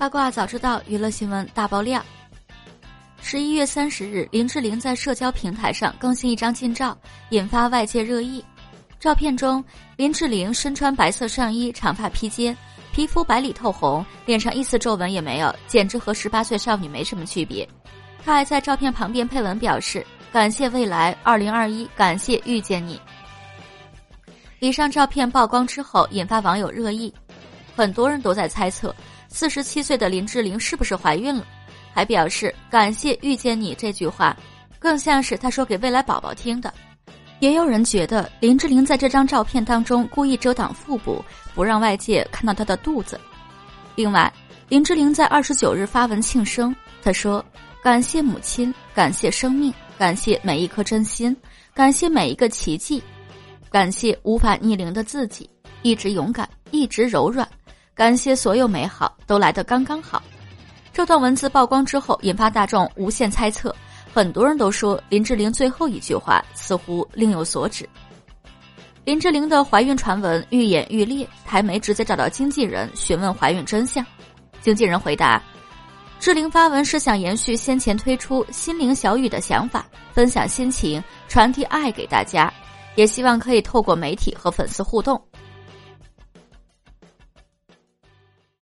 八卦早知道，娱乐新闻大爆料。11月30日，林志玲在社交平台上更新一张近照，引发外界热议。照片中，林志玲身穿白色上衣，长发披肩，皮肤白里透红，脸上一丝皱纹也没有，简直和18岁少女没什么区别。她还在照片旁边配文表示：“感谢未来2021，感谢遇见你。”以上照片曝光之后，引发网友热议，很多人都在猜测47岁的林志玲是不是怀孕了，还表示感谢遇见你这句话更像是她说给未来宝宝听的。也有人觉得林志玲在这张照片当中故意遮挡腹部，不让外界看到她的肚子。另外，林志玲在29日发文庆生，她说：“感谢母亲，感谢生命，感谢每一颗真心，感谢每一个奇迹，感谢无法逆龄的自己，一直勇敢，一直柔软，感谢所有美好都来得刚刚好。”这段文字曝光之后，引发大众无限猜测，很多人都说林志玲最后一句话似乎另有所指。林志玲的怀孕传闻愈演愈烈，台媒直接找到经纪人询问怀孕真相。经纪人回答：志玲发文是想延续先前推出心灵小雨的想法，分享心情，传递爱给大家，也希望可以透过媒体和粉丝互动。